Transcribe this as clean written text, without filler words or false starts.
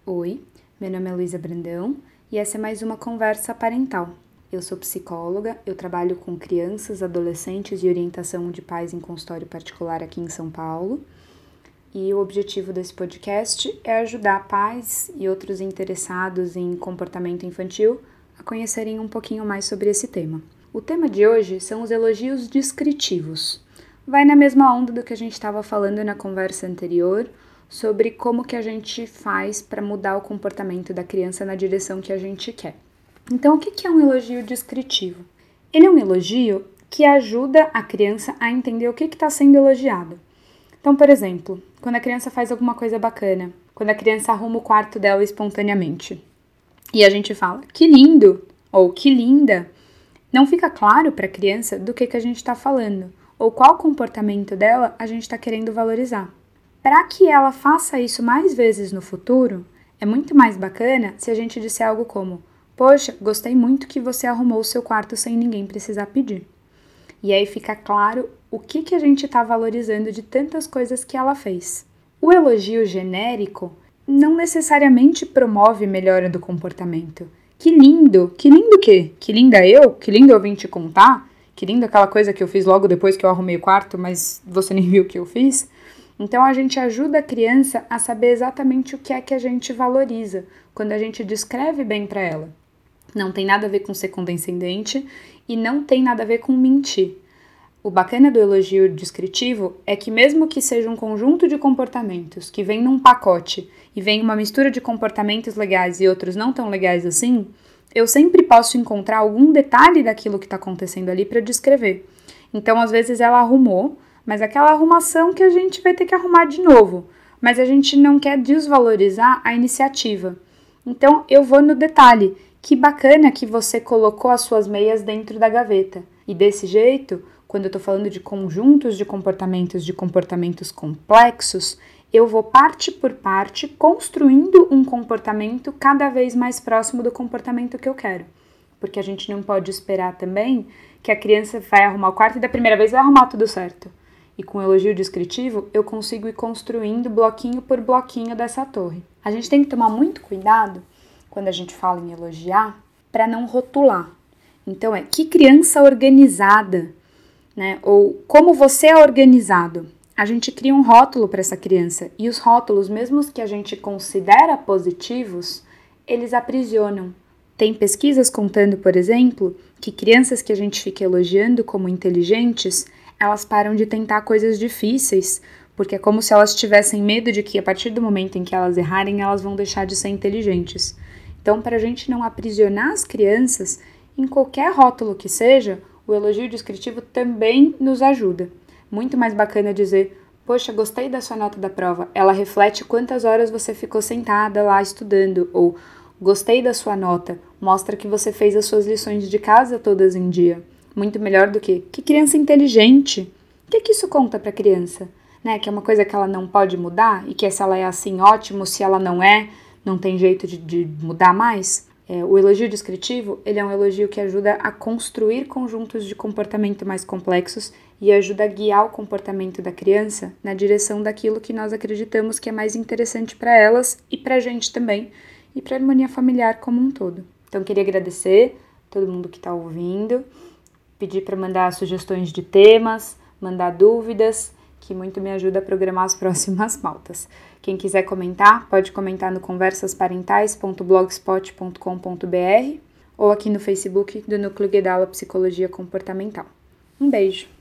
Oi, meu nome é Luísa Brandão e essa é mais uma conversa parental. Eu sou psicóloga, eu trabalho com crianças, adolescentes e orientação de pais em consultório particular aqui em São Paulo. E o objetivo desse podcast é ajudar pais e outros interessados em comportamento infantil a conhecerem um pouquinho mais sobre esse tema. O tema de hoje são os elogios descritivos. Vai na mesma onda do que a gente estava falando na conversa anterior, sobre como que a gente faz para mudar o comportamento da criança na direção que a gente quer. Então, o que é um elogio descritivo? Ele é um elogio que ajuda a criança a entender o que está sendo elogiado. Então, por exemplo, quando a criança faz alguma coisa bacana, quando a criança arruma o quarto dela espontaneamente, e a gente fala, que lindo, ou que linda, não fica claro para a criança do que a gente está falando, ou qual comportamento dela a gente está querendo valorizar. Para que ela faça isso mais vezes no futuro, é muito mais bacana se a gente disser algo como: poxa, gostei muito que você arrumou o seu quarto sem ninguém precisar pedir. E aí fica claro o que a gente está valorizando de tantas coisas que ela fez. O elogio genérico não necessariamente promove melhora do comportamento. Que lindo! Que lindo o quê? Que linda eu? Que lindo eu vim te contar? Que lindo aquela coisa que eu fiz logo depois que eu arrumei o quarto, mas você nem viu o que eu fiz? Então, a gente ajuda a criança a saber exatamente o que é que a gente valoriza quando a gente descreve bem para ela. Não tem nada a ver com ser condescendente e não tem nada a ver com mentir. O bacana do elogio descritivo é que mesmo que seja um conjunto de comportamentos que vem num pacote e vem uma mistura de comportamentos legais e outros não tão legais assim, eu sempre posso encontrar algum detalhe daquilo que está acontecendo ali para descrever. Então, às vezes ela arrumou, mas aquela arrumação que a gente vai ter que arrumar de novo. Mas a gente não quer desvalorizar a iniciativa. Então, eu vou no detalhe. Que bacana que você colocou as suas meias dentro da gaveta. E desse jeito, quando eu tô falando de conjuntos de comportamentos complexos, eu vou parte por parte construindo um comportamento cada vez mais próximo do comportamento que eu quero. Porque a gente não pode esperar também que a criança vai arrumar o quarto e da primeira vez vai arrumar tudo certo. E com o elogio descritivo, eu consigo ir construindo bloquinho por bloquinho dessa torre. A gente tem que tomar muito cuidado, quando a gente fala em elogiar, para não rotular. Então, que criança organizada, né? Ou como você é organizado. A gente cria um rótulo para essa criança. E os rótulos, mesmo os que a gente considera positivos, eles aprisionam. Tem pesquisas contando, por exemplo, que crianças que a gente fica elogiando como inteligentes, elas param de tentar coisas difíceis, porque é como se elas tivessem medo de que a partir do momento em que elas errarem, elas vão deixar de ser inteligentes. Então, para a gente não aprisionar as crianças, em qualquer rótulo que seja, o elogio descritivo também nos ajuda. Muito mais bacana dizer: poxa, gostei da sua nota da prova, ela reflete quantas horas você ficou sentada lá estudando, ou gostei da sua nota, mostra que você fez as suas lições de casa todas em dia. Muito melhor do que criança inteligente. O que isso conta para a criança? Né? Que é uma coisa que ela não pode mudar e que se ela é assim, ótimo, se ela não é, não tem jeito de mudar mais. O elogio descritivo, ele é um elogio que ajuda a construir conjuntos de comportamento mais complexos e ajuda a guiar o comportamento da criança na direção daquilo que nós acreditamos que é mais interessante para elas e para a gente também, e para a harmonia familiar como um todo. Então, queria agradecer a todo mundo que está ouvindo, pedir para mandar sugestões de temas, mandar dúvidas, que muito me ajuda a programar as próximas pautas. Quem quiser comentar, pode comentar no conversasparentais.blogspot.com.br ou aqui no Facebook do Núcleo Guedala Psicologia Comportamental. Um beijo!